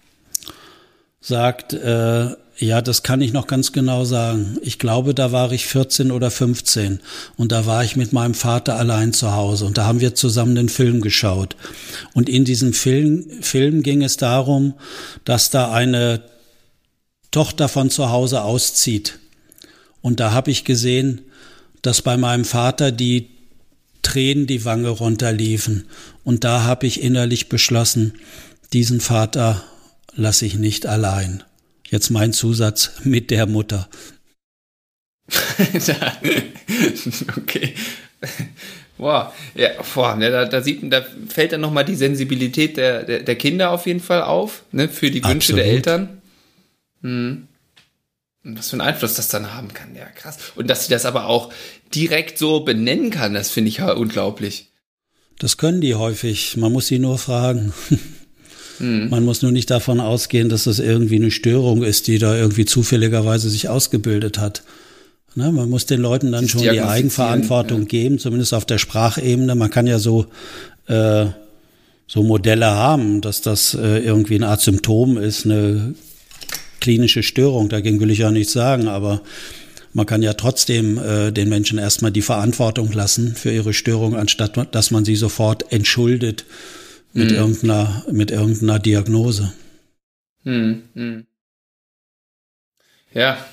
sagt, äh, ja, das kann ich noch ganz genau sagen. Ich glaube, da war ich vierzehn oder fünfzehn und da war ich mit meinem Vater allein zu Hause und da haben wir zusammen den Film geschaut. Und in diesem Film, Film ging es darum, dass da eine Tochter von zu Hause auszieht. Und da habe ich gesehen, dass bei meinem Vater die Tränen die Wange runterliefen. Und da habe ich innerlich beschlossen, diesen Vater lasse ich nicht allein. Jetzt mein Zusatz mit der Mutter. Okay. Boah, ja, boah, ne, da, da sieht, da fällt dann nochmal die Sensibilität der, der, der Kinder auf jeden Fall auf, ne, für die Wünsche Absolut. Der Eltern. Hm. Was für einen Einfluss das dann haben kann, ja, krass. Und dass sie das aber auch direkt so benennen kann, das finde ich ja unglaublich. Das können die häufig, man muss sie nur fragen. Hm. Man muss nur nicht davon ausgehen, dass das irgendwie eine Störung ist, die da irgendwie zufälligerweise sich ausgebildet hat. Ne, man muss den Leuten dann schon die Eigenverantwortung ja. geben, zumindest auf der Sprachebene. Man kann ja so äh, so Modelle haben, dass das äh, irgendwie eine Art Symptom ist, eine klinische Störung. Dagegen will ich ja nichts sagen, aber man kann ja trotzdem äh, den Menschen erstmal die Verantwortung lassen für ihre Störung, anstatt dass man sie sofort entschuldet mit hm. irgendeiner mit irgendeiner Diagnose. Hm, hm. Ja.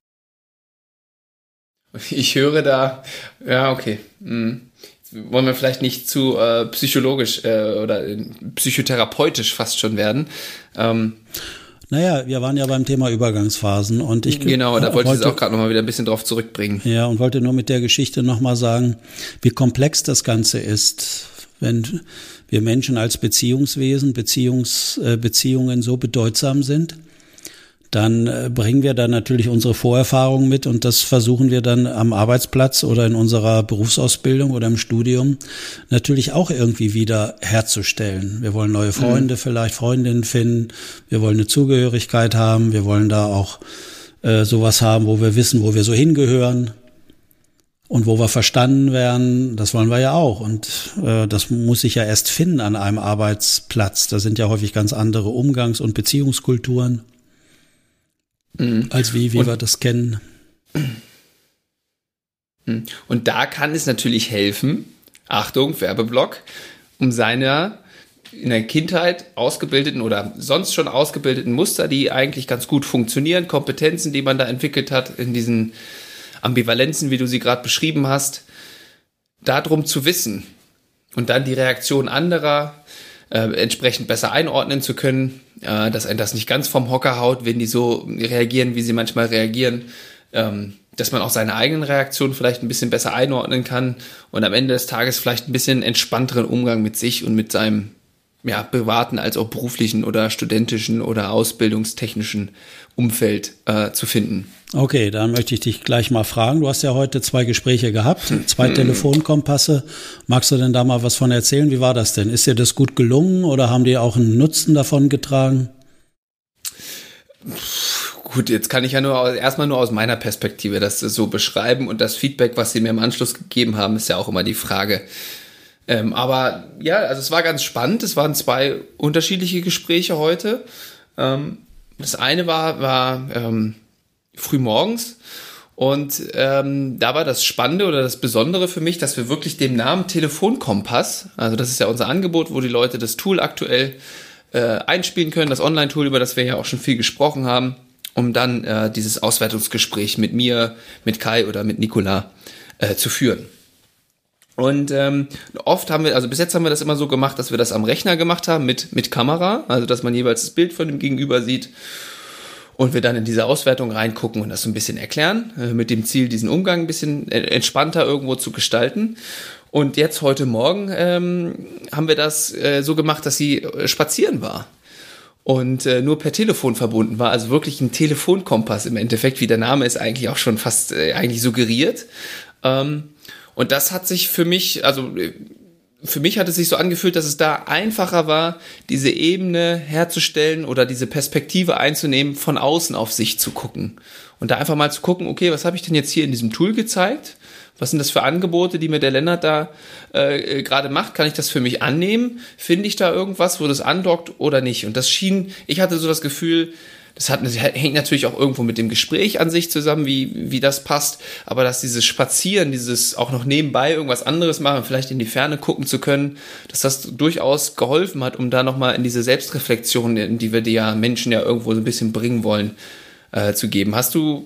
Ich höre da, ja, okay. Hm. Jetzt wollen wir vielleicht nicht zu äh, psychologisch äh, oder äh, psychotherapeutisch fast schon werden. Ähm, Naja, wir waren ja beim Thema Übergangsphasen und ich genau, da wollte ich jetzt auch gerade nochmal wieder ein bisschen drauf zurückbringen. Ja, und wollte nur mit der Geschichte nochmal sagen, wie komplex das Ganze ist, wenn wir Menschen als Beziehungswesen, Beziehungs, äh, Beziehungen so bedeutsam sind. Dann äh, bringen wir da natürlich unsere Vorerfahrungen mit und das versuchen wir dann am Arbeitsplatz oder in unserer Berufsausbildung oder im Studium natürlich auch irgendwie wieder herzustellen. Wir wollen neue Freunde, mhm. vielleicht Freundinnen finden, wir wollen eine Zugehörigkeit haben, wir wollen da auch äh, sowas haben, wo wir wissen, wo wir so hingehören und wo wir verstanden werden. Das wollen wir ja auch und äh, das muss sich ja erst finden an einem Arbeitsplatz. Da sind ja häufig ganz andere Umgangs- und Beziehungskulturen. Mhm. Als wie, wie und, wir das kennen. Und da kann es natürlich helfen, Achtung, Werbeblock, um seine in der Kindheit ausgebildeten oder sonst schon ausgebildeten Muster, die eigentlich ganz gut funktionieren, Kompetenzen, die man da entwickelt hat, in diesen Ambivalenzen, wie du sie gerade beschrieben hast, darum zu wissen und dann die Reaktion anderer Äh, entsprechend besser einordnen zu können, äh, dass ein das nicht ganz vom Hocker haut, wenn die so reagieren, wie sie manchmal reagieren, ähm, dass man auch seine eigenen Reaktionen vielleicht ein bisschen besser einordnen kann und am Ende des Tages vielleicht ein bisschen entspannteren Umgang mit sich und mit seinem ja, privaten als auch beruflichen oder studentischen oder ausbildungstechnischen Umfeld äh, zu finden. Okay, dann möchte ich dich gleich mal fragen. Du hast ja heute zwei Gespräche gehabt, zwei hm. Telefonkompasse. Magst du denn da mal was von erzählen? Wie war das denn? Ist dir das gut gelungen oder haben die auch einen Nutzen davon getragen? Gut, jetzt kann ich ja nur aus, erstmal nur aus meiner Perspektive das so beschreiben und das Feedback, was sie mir im Anschluss gegeben haben, ist ja auch immer die Frage. Ähm, aber ja, also es war ganz spannend. Es waren zwei unterschiedliche Gespräche heute. Ähm, das eine war, war ähm, früh morgens und ähm, da war das Spannende oder das Besondere für mich, dass wir wirklich dem Namen Telefonkompass, also das ist ja unser Angebot, wo die Leute das Tool aktuell äh, einspielen können, das Online-Tool, über das wir ja auch schon viel gesprochen haben, um dann äh, dieses Auswertungsgespräch mit mir, mit Kai oder mit Nicola äh, zu führen. Und ähm, oft haben wir, also bis jetzt haben wir das immer so gemacht, dass wir das am Rechner gemacht haben mit mit Kamera, also dass man jeweils das Bild von dem Gegenüber sieht und wir dann in diese Auswertung reingucken und das so ein bisschen erklären, äh, mit dem Ziel, diesen Umgang ein bisschen entspannter irgendwo zu gestalten. Und jetzt heute Morgen ähm, haben wir das äh, so gemacht, dass sie äh, spazieren war und äh, nur per Telefon verbunden war, also wirklich ein Telefonkompass im Endeffekt, wie der Name ist eigentlich auch schon fast äh, eigentlich suggeriert. Ähm, Und das hat sich für mich, also für mich hat es sich so angefühlt, dass es da einfacher war, diese Ebene herzustellen oder diese Perspektive einzunehmen, von außen auf sich zu gucken. Und da einfach mal zu gucken, okay, was habe ich denn jetzt hier in diesem Tool gezeigt? Was sind das für Angebote, die mir der Lennart da äh, gerade macht? Kann ich das für mich annehmen? Finde ich da irgendwas, wo das andockt oder nicht? Und das schien, ich hatte so das Gefühl, das, hat, das hängt natürlich auch irgendwo mit dem Gespräch an sich zusammen, wie, wie das passt. Aber dass dieses Spazieren, dieses auch noch nebenbei irgendwas anderes machen, vielleicht in die Ferne gucken zu können, dass das durchaus geholfen hat, um da nochmal in diese Selbstreflexion, in die wir die ja Menschen ja irgendwo so ein bisschen bringen wollen, äh, zu geben. Hast du,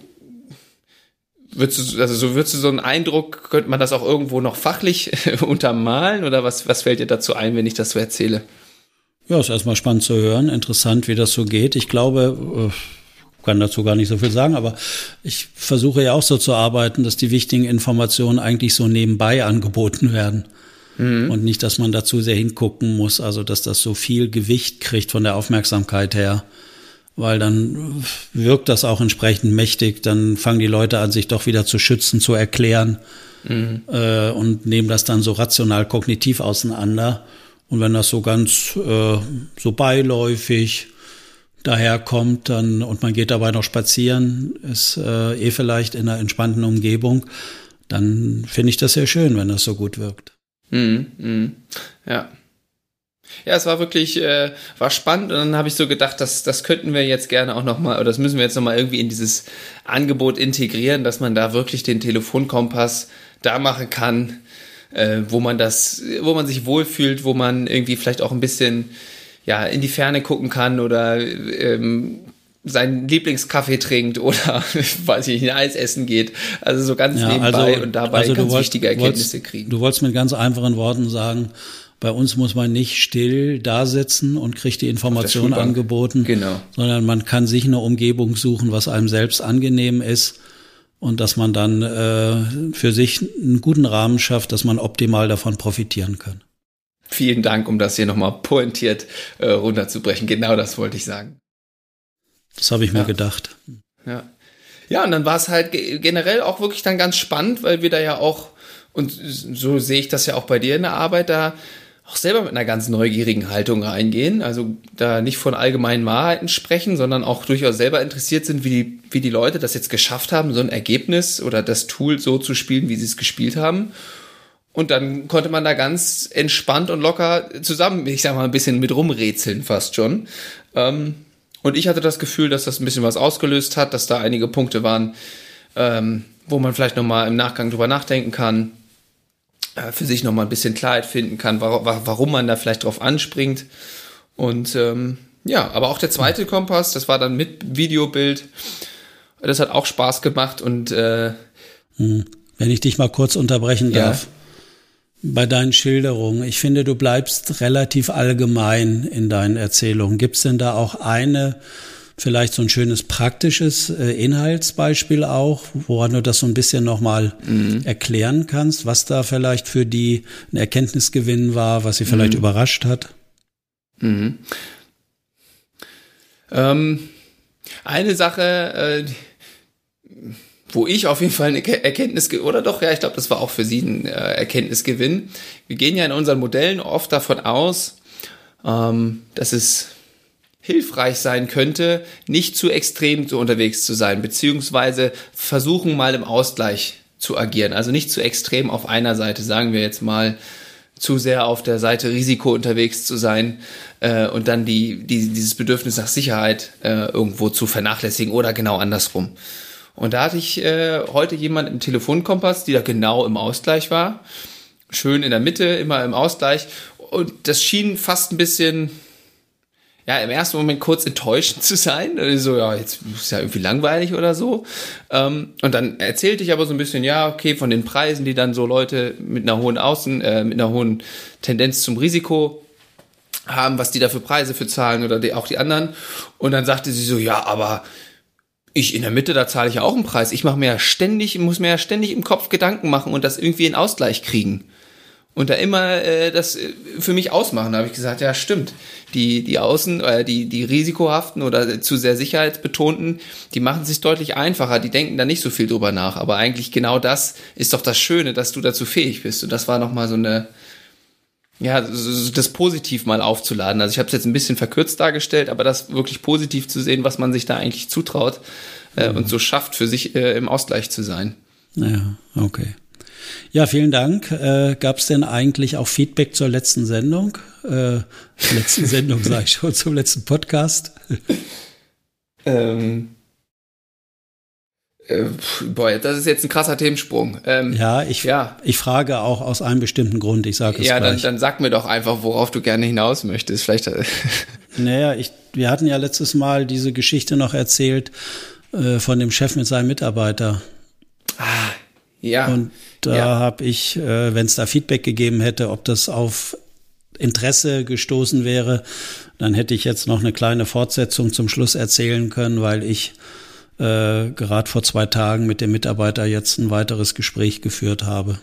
würdest du, also so würdest du so einen Eindruck, könnte man das auch irgendwo noch fachlich untermalen? Oder was, was fällt dir dazu ein, wenn ich das so erzähle? Ja, ist erstmal spannend zu hören, interessant, wie das so geht. Ich glaube, ich kann dazu gar nicht so viel sagen, aber ich versuche ja auch so zu arbeiten, dass die wichtigen Informationen eigentlich so nebenbei angeboten werden. Mhm. Und nicht, dass man dazu sehr hingucken muss, also dass das so viel Gewicht kriegt von der Aufmerksamkeit her. Weil dann wirkt das auch entsprechend mächtig, dann fangen die Leute an, sich doch wieder zu schützen, zu erklären, mhm. äh, und nehmen das dann so rational, kognitiv auseinander. Und wenn das so ganz äh, so beiläufig daherkommt, dann und man geht dabei noch spazieren, ist äh, eh vielleicht in einer entspannten Umgebung, dann finde ich das sehr schön, wenn das so gut wirkt. Mhm, mh. Ja. Ja, es war wirklich, äh, war spannend und dann habe ich so gedacht, das, das könnten wir jetzt gerne auch nochmal, oder das müssen wir jetzt nochmal irgendwie in dieses Angebot integrieren, dass man da wirklich den Telefonkompass da machen kann, äh, wo man das, wo man sich wohlfühlt, wo man irgendwie vielleicht auch ein bisschen, ja, in die Ferne gucken kann oder ähm, seinen Lieblingskaffee trinkt oder, weiß ich nicht, ein Eis essen geht. Also so ganz ja, nebenbei also, und dabei also ganz wolltest, wichtige Erkenntnisse wolltest, kriegen. Du wolltest mit ganz einfachen Worten sagen, bei uns muss man nicht still da sitzen und kriegt die Information angeboten, genau. sondern man kann sich eine Umgebung suchen, was einem selbst angenehm ist und dass man dann äh, für sich einen guten Rahmen schafft, dass man optimal davon profitieren kann. Vielen Dank, um das hier nochmal pointiert äh, runterzubrechen. Genau das wollte ich sagen. Das habe ich mir ja. gedacht. Ja. Ja, und dann war es halt generell auch wirklich dann ganz spannend, weil wir da ja auch, und so sehe ich das ja auch bei dir in der Arbeit, da auch selber mit einer ganz neugierigen Haltung reingehen, also da nicht von allgemeinen Wahrheiten sprechen, sondern auch durchaus selber interessiert sind, wie die, wie die Leute das jetzt geschafft haben, so ein Ergebnis oder das Tool so zu spielen, wie sie es gespielt haben. Und dann konnte man da ganz entspannt und locker zusammen, ich sag mal, ein bisschen mit rumrätseln fast schon. Und ich hatte das Gefühl, dass das ein bisschen was ausgelöst hat, dass da einige Punkte waren, wo man vielleicht nochmal im Nachgang drüber nachdenken kann, für sich nochmal ein bisschen Klarheit finden kann, warum man da vielleicht drauf anspringt. Und ähm, ja, aber auch der zweite Kompass, das war dann mit Videobild, das hat auch Spaß gemacht. Und äh, wenn ich dich mal kurz unterbrechen darf, ja. Bei deinen Schilderungen, ich finde, du bleibst relativ allgemein in deinen Erzählungen. Gibt es denn da auch eine, vielleicht so ein schönes praktisches äh, Inhaltsbeispiel auch, woran du das so ein bisschen nochmal mhm. erklären kannst, was da vielleicht für die ein Erkenntnisgewinn war, was sie vielleicht mhm. überrascht hat? Mhm. Ähm, eine Sache, äh, wo ich auf jeden Fall eine Erkenntnis, oder doch, ja, ich glaube, das war auch für sie ein äh, Erkenntnisgewinn. Wir gehen ja in unseren Modellen oft davon aus, ähm, dass es hilfreich sein könnte, nicht zu extrem so unterwegs zu sein, beziehungsweise versuchen mal im Ausgleich zu agieren. Also nicht zu extrem auf einer Seite, sagen wir jetzt mal, zu sehr auf der Seite Risiko unterwegs zu sein äh, und dann die, die dieses Bedürfnis nach Sicherheit äh, irgendwo zu vernachlässigen oder genau andersrum. Und da hatte ich äh, heute jemand im Telefonkompass, die da genau im Ausgleich war. Schön in der Mitte, immer im Ausgleich. Und das schien fast ein bisschen, ja, im ersten Moment kurz enttäuschend zu sein. Also, ja, jetzt ist ja irgendwie langweilig oder so. Ähm, und dann erzählte ich aber so ein bisschen, ja, okay, von den Preisen, die dann so Leute mit einer hohen Außen, äh, mit einer hohen Tendenz zum Risiko haben, was die da für Preise für zahlen oder die, auch die anderen. Und dann sagte sie so, ja, aber ich in der Mitte, da zahle ich ja auch einen Preis. Ich mache mir ja ständig, muss mir ja ständig im Kopf Gedanken machen und das irgendwie in Ausgleich kriegen. Und da immer äh, das für mich ausmachen. Da habe ich gesagt, ja, stimmt. Die die Außen, äh, die die risikohaften oder zu sehr sicherheitsbetonten, die machen es sich deutlich einfacher. Die denken da nicht so viel drüber nach. Aber eigentlich genau das ist doch das Schöne, dass du dazu fähig bist. Und das war nochmal so eine, ja, das positiv mal aufzuladen. Also ich habe es jetzt ein bisschen verkürzt dargestellt, aber das wirklich positiv zu sehen, was man sich da eigentlich zutraut äh, mhm. und so schafft, für sich äh, im Ausgleich zu sein. Ja, okay. Ja, vielen Dank. Äh, gab es denn eigentlich auch Feedback zur letzten Sendung? Äh, letzten Sendung sage ich schon, zum letzten Podcast. ähm, äh, boah, das ist jetzt ein krasser Themensprung. Ähm, ja, ich, ja, ich frage auch aus einem bestimmten Grund. Ich sage es ja, gleich. Ja, dann, dann sag mir doch einfach, worauf du gerne hinaus möchtest. Vielleicht. Naja, ich, wir hatten ja letztes Mal diese Geschichte noch erzählt äh, von dem Chef mit seinem Mitarbeiter. Ah, ja. Und da ja. habe ich, äh, wenn es da Feedback gegeben hätte, ob das auf Interesse gestoßen wäre, dann hätte ich jetzt noch eine kleine Fortsetzung zum Schluss erzählen können, weil ich äh, gerade vor zwei Tagen mit dem Mitarbeiter jetzt ein weiteres Gespräch geführt habe.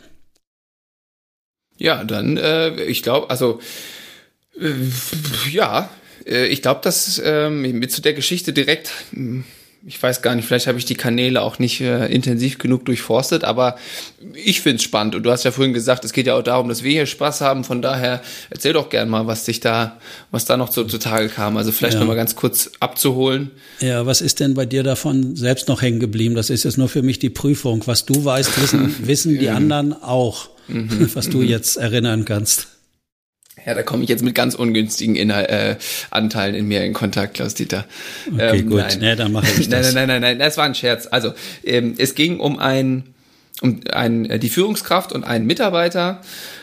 Ja, dann, äh, ich glaube, also, äh, ja, äh, ich glaube, dass äh, mit zu der Geschichte direkt... Ich weiß gar nicht, vielleicht habe ich die Kanäle auch nicht äh, intensiv genug durchforstet, aber ich finde es spannend. Und du hast ja vorhin gesagt, es geht ja auch darum, dass wir hier Spaß haben. Von daher erzähl doch gern mal, was dich da, was da noch so zutage kam. Also vielleicht ja. noch mal ganz kurz abzuholen. Ja, was ist denn bei dir davon selbst noch hängen geblieben? Das ist jetzt nur für mich die Prüfung. Was du weißt, wissen, wissen die anderen auch, was du jetzt erinnern kannst. Ja, da komme ich jetzt mit ganz ungünstigen Inhal- äh, Anteilen in mir in Kontakt, Klaus-Dieter. Okay, ähm, gut. Nein. Nee, dann mache ich das. Nein, nein, nein, nein, nein, das war ein Scherz. Also, ähm, es ging um ein, um ein, äh, die Führungskraft und einen Mitarbeiter,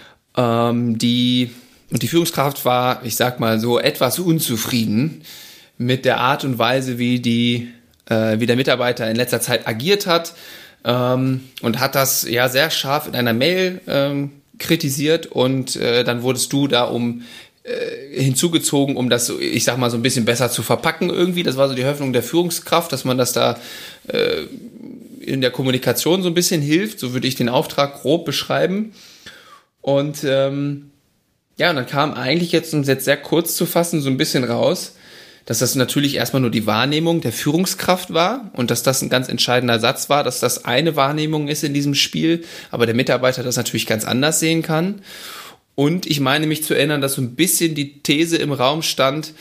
ähm, die, und die Führungskraft war, ich sag mal so, etwas unzufrieden mit der Art und Weise, wie die, äh, wie der Mitarbeiter in letzter Zeit agiert hat, ähm, und hat das, ja, sehr scharf in einer Mail, ähm, kritisiert und äh, dann wurdest du da um äh, hinzugezogen, um das, ich sag mal, so ein bisschen besser zu verpacken irgendwie. Das war so die Hoffnung der Führungskraft, dass man das da äh, in der Kommunikation so ein bisschen hilft. So würde ich den Auftrag grob beschreiben. Und ähm, ja, und dann kam eigentlich jetzt, um es jetzt sehr kurz zu fassen, so ein bisschen raus, dass das natürlich erstmal nur die Wahrnehmung der Führungskraft war und dass das ein ganz entscheidender Satz war, dass das eine Wahrnehmung ist in diesem Spiel, aber der Mitarbeiter das natürlich ganz anders sehen kann. Und ich meine mich zu erinnern, dass so ein bisschen die These im Raum stand,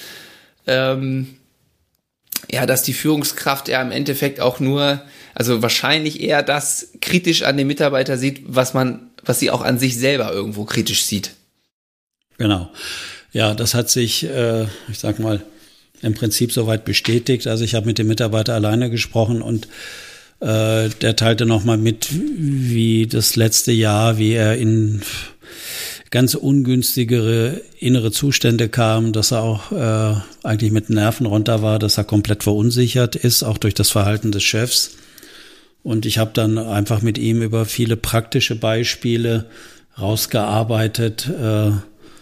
ähm, ja, dass die Führungskraft ja im Endeffekt auch nur, also wahrscheinlich eher das kritisch an dem Mitarbeiter sieht, was man, was sie auch an sich selber irgendwo kritisch sieht. Genau. Ja, das hat sich, äh, ich sag mal, im Prinzip soweit bestätigt. Also ich habe mit dem Mitarbeiter alleine gesprochen und äh, der teilte nochmal mit, wie das letzte Jahr, wie er in ganz ungünstigere innere Zustände kam, dass er auch äh, eigentlich mit Nerven runter war, dass er komplett verunsichert ist, auch durch das Verhalten des Chefs. Und ich habe dann einfach mit ihm über viele praktische Beispiele rausgearbeitet, äh,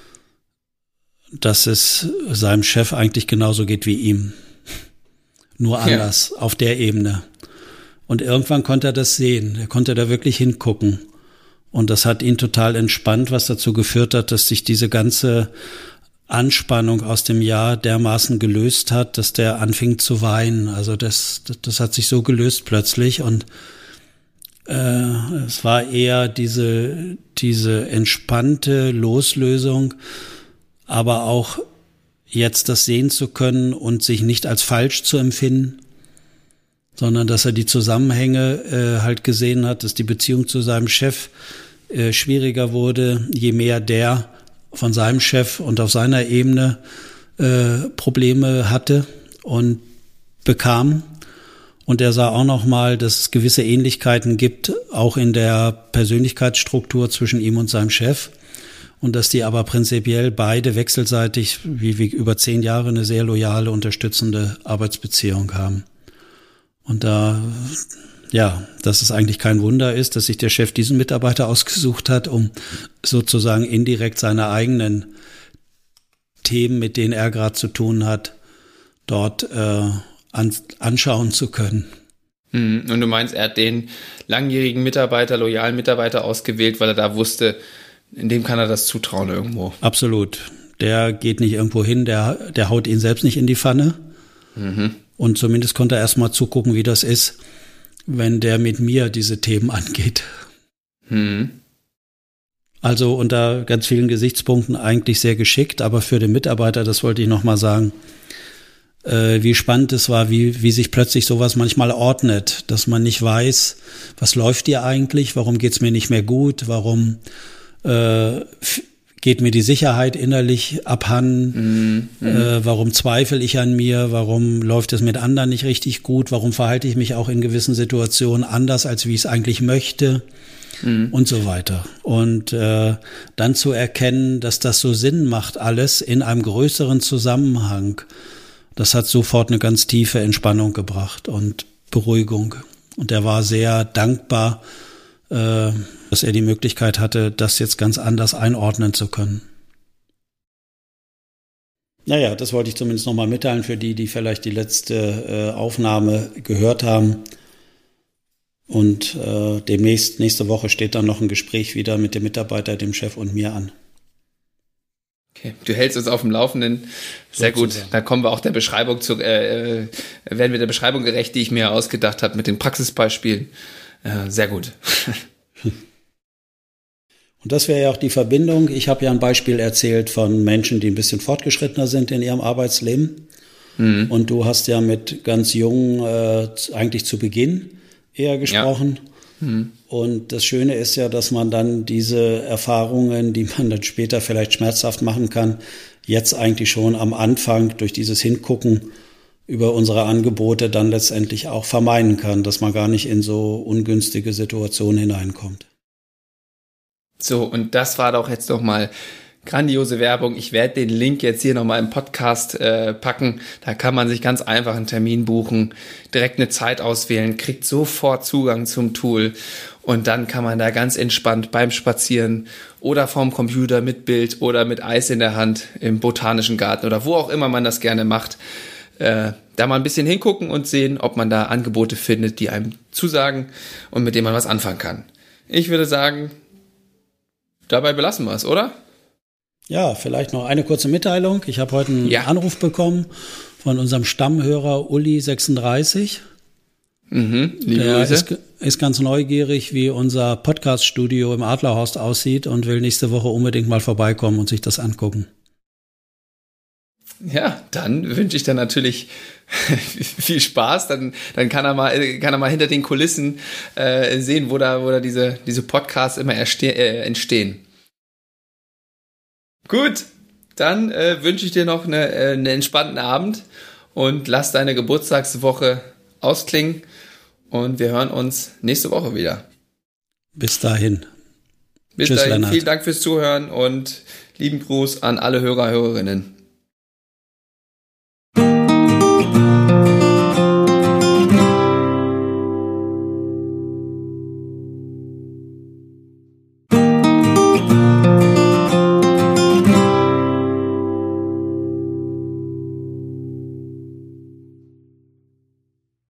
dass es seinem Chef eigentlich genauso geht wie ihm. Nur anders, ja. Auf der Ebene. Und irgendwann konnte er das sehen. Er konnte da wirklich hingucken. Und das hat ihn total entspannt, was dazu geführt hat, dass sich diese ganze Anspannung aus dem Jahr dermaßen gelöst hat, dass der anfing zu weinen. Also das, das, das hat sich so gelöst plötzlich. Und äh, es war eher diese, diese entspannte Loslösung, aber auch jetzt das sehen zu können und sich nicht als falsch zu empfinden, sondern dass er die Zusammenhänge äh, halt gesehen hat, dass die Beziehung zu seinem Chef äh, schwieriger wurde, je mehr der von seinem Chef und auf seiner Ebene äh, Probleme hatte und bekam. Und er sah auch noch mal, dass es gewisse Ähnlichkeiten gibt, auch in der Persönlichkeitsstruktur zwischen ihm und seinem Chef. Und dass die aber prinzipiell beide wechselseitig, wie, wie über zehn Jahre, eine sehr loyale, unterstützende Arbeitsbeziehung haben. Und da, ja, dass es eigentlich kein Wunder ist, dass sich der Chef diesen Mitarbeiter ausgesucht hat, um sozusagen indirekt seine eigenen Themen, mit denen er gerade zu tun hat, dort äh, an, anschauen zu können. Und du meinst, er hat den langjährigen Mitarbeiter, loyalen Mitarbeiter ausgewählt, weil er da wusste, in dem kann er das zutrauen irgendwo. Absolut. Der geht nicht irgendwo hin, der, der haut ihn selbst nicht in die Pfanne. Mhm. Und zumindest konnte er erstmal zugucken, wie das ist, wenn der mit mir diese Themen angeht. Mhm. Also unter ganz vielen Gesichtspunkten eigentlich sehr geschickt, aber für den Mitarbeiter, das wollte ich nochmal sagen, äh, wie spannend es war, wie, wie sich plötzlich sowas manchmal ordnet, dass man nicht weiß, was läuft hier eigentlich, warum geht's mir nicht mehr gut, warum äh, geht mir die Sicherheit innerlich abhanden, mm, mm. Äh, warum zweifle ich an mir, warum läuft es mit anderen nicht richtig gut, warum verhalte ich mich auch in gewissen Situationen anders, als wie ich es eigentlich möchte. Mhm. Und so weiter. Und äh, dann zu erkennen, dass das so Sinn macht, alles in einem größeren Zusammenhang, das hat sofort eine ganz tiefe Entspannung gebracht und Beruhigung. Und er war sehr dankbar, äh, dass er die Möglichkeit hatte, das jetzt ganz anders einordnen zu können. Naja, das wollte ich zumindest nochmal mitteilen für die, die vielleicht die letzte äh, Aufnahme gehört haben. Und äh, demnächst, nächste Woche steht dann noch ein Gespräch wieder mit dem Mitarbeiter, dem Chef und mir an. Okay, du hältst uns auf dem Laufenden. Sehr gut. Da kommen wir auch der Beschreibung zu, äh, werden wir der Beschreibung gerecht, die ich mir ausgedacht habe mit den Praxisbeispielen. Äh, sehr gut. Und das wäre ja auch die Verbindung. Ich habe ja ein Beispiel erzählt von Menschen, die ein bisschen fortgeschrittener sind in ihrem Arbeitsleben. Mhm. Und du hast ja mit ganz Jungen äh, eigentlich zu Beginn eher gesprochen. Ja. Mhm. Und das Schöne ist ja, dass man dann diese Erfahrungen, die man dann später vielleicht schmerzhaft machen kann, jetzt eigentlich schon am Anfang durch dieses Hingucken über unsere Angebote dann letztendlich auch vermeiden kann, dass man gar nicht in so ungünstige Situationen hineinkommt. So, und das war doch jetzt noch mal grandiose Werbung. Ich werde den Link jetzt hier nochmal im Podcast äh, packen. Da kann man sich ganz einfach einen Termin buchen, direkt eine Zeit auswählen, kriegt sofort Zugang zum Tool und dann kann man da ganz entspannt beim Spazieren oder vorm Computer mit Bild oder mit Eis in der Hand im Botanischen Garten oder wo auch immer man das gerne macht, äh, da mal ein bisschen hingucken und sehen, ob man da Angebote findet, die einem zusagen und mit denen man was anfangen kann. Ich würde sagen, dabei belassen wir es, oder? Ja, vielleicht noch eine kurze Mitteilung. Ich habe heute einen ja. Anruf bekommen von unserem Stammhörer Uli sechsunddreißig. Mhm, liebe Der Grüße. ist, ist ganz neugierig, wie unser Podcast-Studio im Adlerhorst aussieht und will nächste Woche unbedingt mal vorbeikommen und sich das angucken. Ja, dann wünsche ich dann natürlich viel Spaß. Dann, dann kann er mal, kann er mal hinter den Kulissen äh, sehen, wo da, wo da diese, diese Podcasts immer erste- äh, entstehen. Gut, dann äh, wünsche ich dir noch eine, äh, einen entspannten Abend und lass deine Geburtstagswoche ausklingen und wir hören uns nächste Woche wieder. Bis dahin. Bis Tschüss, dahin. Lennart. Vielen Dank fürs Zuhören und lieben Gruß an alle Hörer, Hörerinnen.